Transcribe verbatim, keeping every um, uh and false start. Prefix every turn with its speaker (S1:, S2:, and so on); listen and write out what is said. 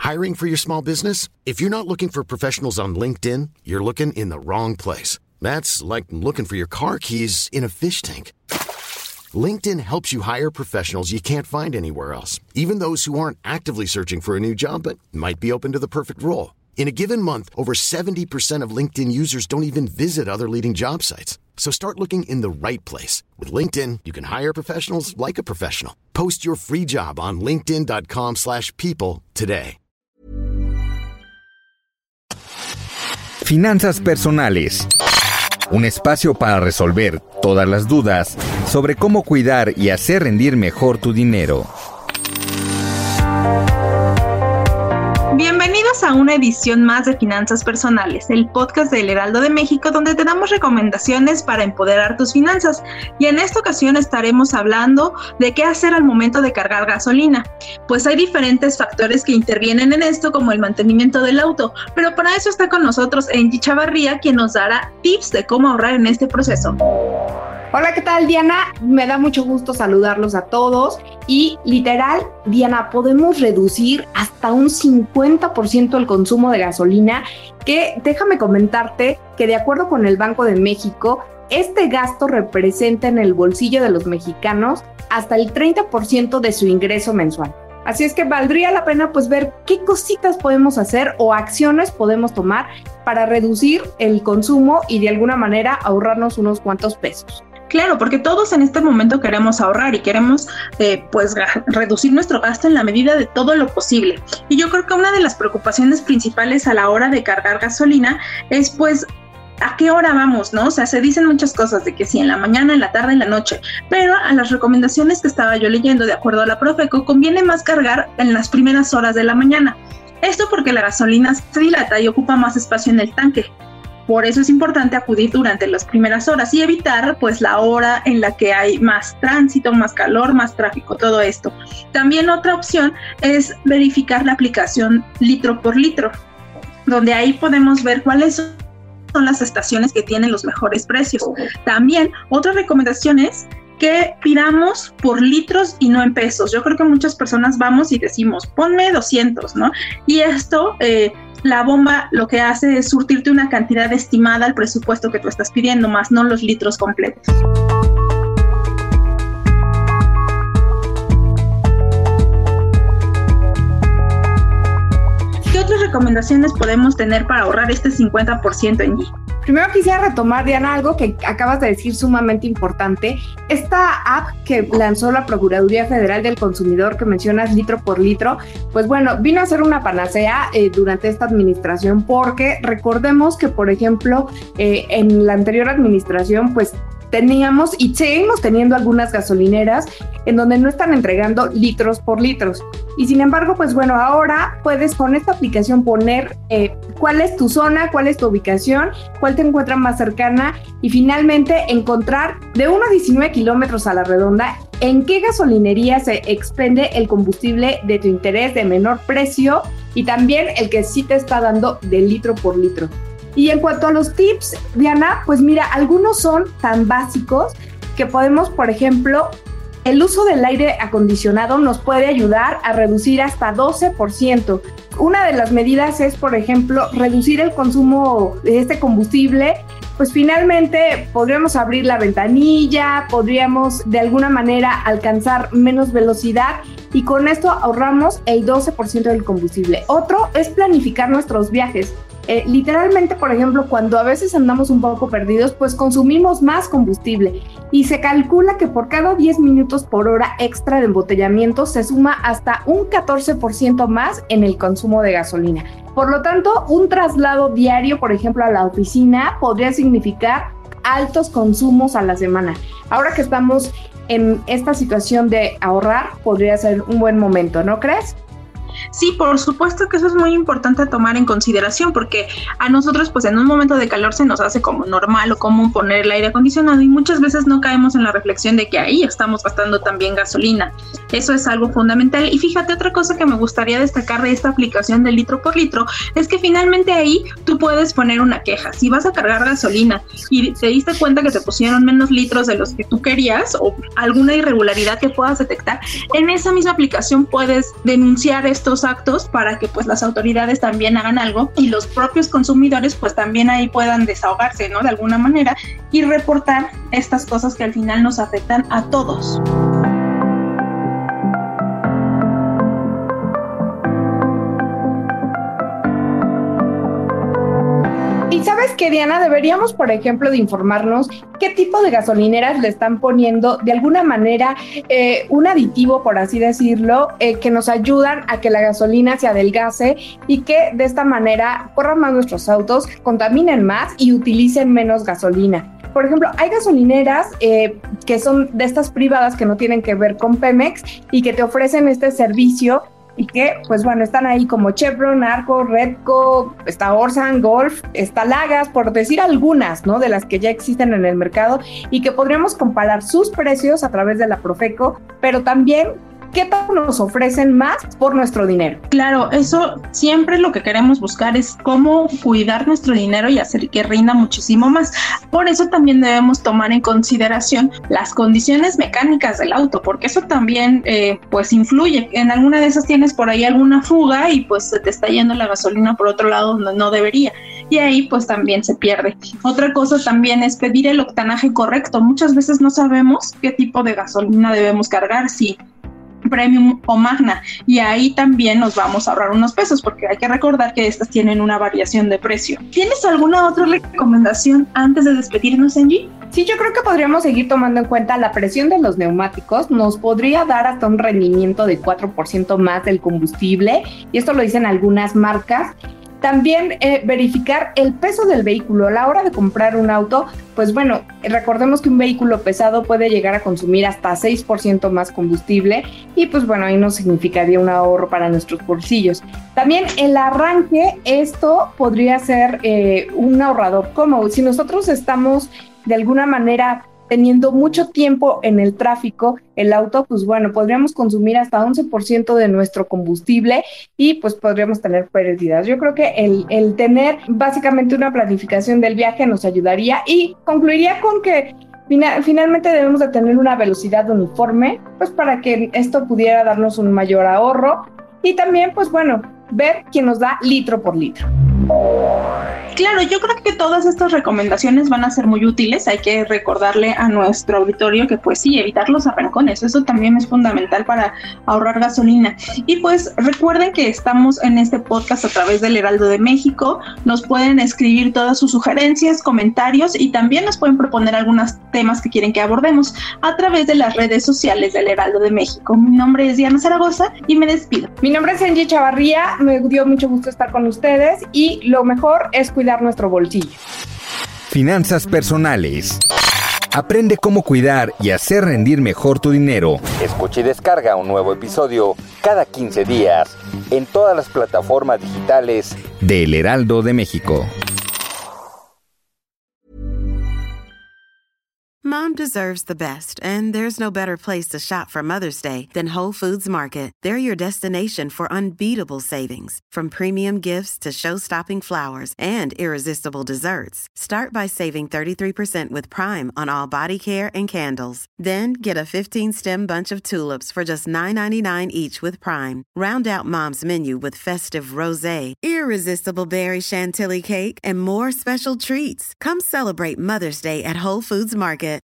S1: Hiring for your small business? If you're not looking for professionals on LinkedIn, you're looking in the wrong place. That's like looking for your car keys in a fish tank. LinkedIn helps you hire professionals you can't find anywhere else, even those who aren't actively searching for a new job but might be open to the perfect role. In a given month, over seventy percent of LinkedIn users don't even visit other leading job sites. So start looking in the right place. With LinkedIn, you can hire professionals like a professional. Post your free job on linkedin dot com slash people today.
S2: Finanzas personales. Un espacio para resolver todas las dudas sobre cómo cuidar y hacer rendir mejor tu dinero.
S3: Bienvenidos a una edición más de Finanzas Personales, el podcast del Heraldo de México, donde te damos recomendaciones para empoderar tus finanzas. Y en esta ocasión estaremos hablando de qué hacer al momento de cargar gasolina. Pues hay diferentes factores que intervienen en esto, como el mantenimiento del auto, pero para eso está con nosotros Angie Chavarría, quien nos dará tips de cómo ahorrar en este proceso.
S4: Hola, ¿qué tal, Diana? Me da mucho gusto saludarlos a todos y literal, Diana, podemos reducir hasta un cincuenta por ciento el consumo de gasolina, que déjame comentarte que de acuerdo con el Banco de México, este gasto representa en el bolsillo de los mexicanos hasta el treinta por ciento de su ingreso mensual. Así es que valdría la pena pues ver qué cositas podemos hacer o acciones podemos tomar para reducir el consumo y de alguna manera ahorrarnos unos cuantos pesos.
S3: Claro, porque todos en este momento queremos ahorrar y queremos eh, pues ga- reducir nuestro gasto en la medida de todo lo posible. Y yo creo que una de las preocupaciones principales a la hora de cargar gasolina es pues ¿a qué hora vamos, no? O sea, se dicen muchas cosas de que sí, en la mañana, en la tarde, en la noche, pero a las recomendaciones que estaba yo leyendo, de acuerdo a la Profeco, conviene más cargar en las primeras horas de la mañana. Esto porque la gasolina se dilata y ocupa más espacio en el tanque. Por eso es importante acudir durante las primeras horas y evitar pues la hora en la que hay más tránsito, más calor, más tráfico, todo esto. También otra opción es verificar la aplicación litro por litro, donde ahí podemos ver cuáles son son las estaciones que tienen los mejores precios. También otra recomendación es que pidamos por litros y no en pesos. Yo creo que muchas personas vamos y decimos, ponme doscientos, ¿no? Y esto, eh, la bomba lo que hace es surtirte una cantidad estimada al presupuesto que tú estás pidiendo, más no los litros completos. ¿Qué otras recomendaciones podemos tener para ahorrar este cincuenta por ciento en G?
S4: Primero quisiera retomar, Diana, algo que acabas de decir sumamente importante. Esta app que lanzó la Procuraduría Federal del Consumidor, que mencionas litro por litro, pues bueno, vino a ser una panacea eh, durante esta administración, porque recordemos que, por ejemplo, eh, en la anterior administración, pues teníamos y seguimos teniendo algunas gasolineras en donde no están entregando litros por litros. Y sin embargo, pues bueno, ahora puedes con esta aplicación poner eh, cuál es tu zona, cuál es tu ubicación, cuál te encuentra más cercana y finalmente encontrar de uno a diecinueve kilómetros a la redonda en qué gasolinería se expende el combustible de tu interés de menor precio y también el que sí te está dando de litro por litro. Y en cuanto a los tips, Diana, pues mira, algunos son tan básicos que podemos, por ejemplo, el uso del aire acondicionado nos puede ayudar a reducir hasta doce por ciento. Una de las medidas es, por ejemplo, reducir el consumo de este combustible. Pues finalmente podríamos abrir la ventanilla, podríamos de alguna manera alcanzar menos velocidad y con esto ahorramos el doce por ciento del combustible. Otro es planificar nuestros viajes. Eh, literalmente, por ejemplo, cuando a veces andamos un poco perdidos, pues consumimos más combustible y se calcula que por cada diez minutos por hora extra de embotellamiento se suma hasta un catorce por ciento más en el consumo de gasolina. Por lo tanto, un traslado diario, por ejemplo, a la oficina podría significar altos consumos a la semana. Ahora que estamos en esta situación de ahorrar, podría ser un buen momento, ¿no crees?
S3: Sí, por supuesto que eso es muy importante tomar en consideración, porque a nosotros pues en un momento de calor se nos hace como normal o común poner el aire acondicionado y muchas veces no caemos en la reflexión de que ahí estamos gastando también gasolina. Eso es algo fundamental. Y fíjate, otra cosa que me gustaría destacar de esta aplicación de litro por litro es que finalmente ahí tú puedes poner una queja. Si vas a cargar gasolina y te diste cuenta que te pusieron menos litros de los que tú querías o alguna irregularidad que puedas detectar, en esa misma aplicación puedes denunciar esto estos actos para que pues las autoridades también hagan algo y los propios consumidores pues también ahí puedan desahogarse, ¿no? De alguna manera y reportar estas cosas que al final nos afectan a todos.
S4: Y sabes que, Diana, deberíamos, por ejemplo, de informarnos qué tipo de gasolineras le están poniendo de alguna manera eh, un aditivo, por así decirlo, eh, que nos ayudan a que la gasolina se adelgace y que de esta manera corran más nuestros autos, contaminen más y utilicen menos gasolina. Por ejemplo, hay gasolineras eh, que son de estas privadas que no tienen que ver con Pemex y que te ofrecen este servicio y que, pues bueno, están ahí como Chevron, Arco, Redco, está Orsan, Golf, está Lagas, por decir algunas, ¿no? De las que ya existen en el mercado y que podríamos comparar sus precios a través de la Profeco, pero también qué tanto nos ofrecen más por nuestro dinero.
S3: Claro, eso siempre lo que queremos buscar es cómo cuidar nuestro dinero y hacer que rinda muchísimo más. Por eso también debemos tomar en consideración las condiciones mecánicas del auto, porque eso también eh, pues influye. En alguna de esas tienes por ahí alguna fuga y pues se te está yendo la gasolina por otro lado donde no debería. Y ahí pues también se pierde. Otra cosa también es pedir el octanaje correcto. Muchas veces no sabemos qué tipo de gasolina debemos cargar, si Premium o Magna, y ahí también nos vamos a ahorrar unos pesos porque hay que recordar que estas tienen una variación de precio. ¿Tienes alguna otra recomendación antes de despedirnos, Angie?
S4: Sí, yo creo que podríamos seguir tomando en cuenta la presión de los neumáticos. Nos podría dar hasta un rendimiento de cuatro por ciento más del combustible, y esto lo dicen algunas marcas. También eh, verificar el peso del vehículo a la hora de comprar un auto. Pues bueno, recordemos que un vehículo pesado puede llegar a consumir hasta seis por ciento más combustible y pues bueno, ahí nos significaría un ahorro para nuestros bolsillos. También el arranque, esto podría ser eh, un ahorrador cómodo. Si nosotros estamos de alguna manera teniendo mucho tiempo en el tráfico, el auto, pues bueno, podríamos consumir hasta once por ciento de nuestro combustible y pues podríamos tener pérdidas. Yo creo que el, el tener básicamente una planificación del viaje nos ayudaría, y concluiría con que final, finalmente debemos de tener una velocidad uniforme, pues para que esto pudiera darnos un mayor ahorro, y también, pues bueno, ver quién nos da litro por litro.
S3: Claro, yo creo que todas estas recomendaciones van a ser muy útiles. Hay que recordarle a nuestro auditorio que pues sí, evitar los arrancones, eso también es fundamental para ahorrar gasolina. Y pues recuerden que estamos en este podcast a través del Heraldo de México. Nos pueden escribir todas sus sugerencias, comentarios, y también nos pueden proponer algunos temas que quieren que abordemos a través de las redes sociales del Heraldo de México. Mi nombre es Diana Zaragoza y me despido.
S4: Mi nombre es Angie Chavarría, me dio mucho gusto estar con ustedes y lo mejor es cuidar nuestro bolsillo.
S2: Finanzas personales. Aprende cómo cuidar y hacer rendir mejor tu dinero. Escucha y descarga un nuevo episodio cada quince días en todas las plataformas digitales de El Heraldo de México.
S5: Mom deserves the best, and there's no better place to shop for Mother's Day than Whole Foods Market. They're your destination for unbeatable savings, from premium gifts to show-stopping flowers and irresistible desserts. Start by saving thirty-three percent with Prime on all body care and candles. Then get a fifteen-stem bunch of tulips for just nine ninety-nine each with Prime. Round out Mom's menu with festive rosé, irresistible berry chantilly cake, and more special treats. Come celebrate Mother's Day at Whole Foods Market.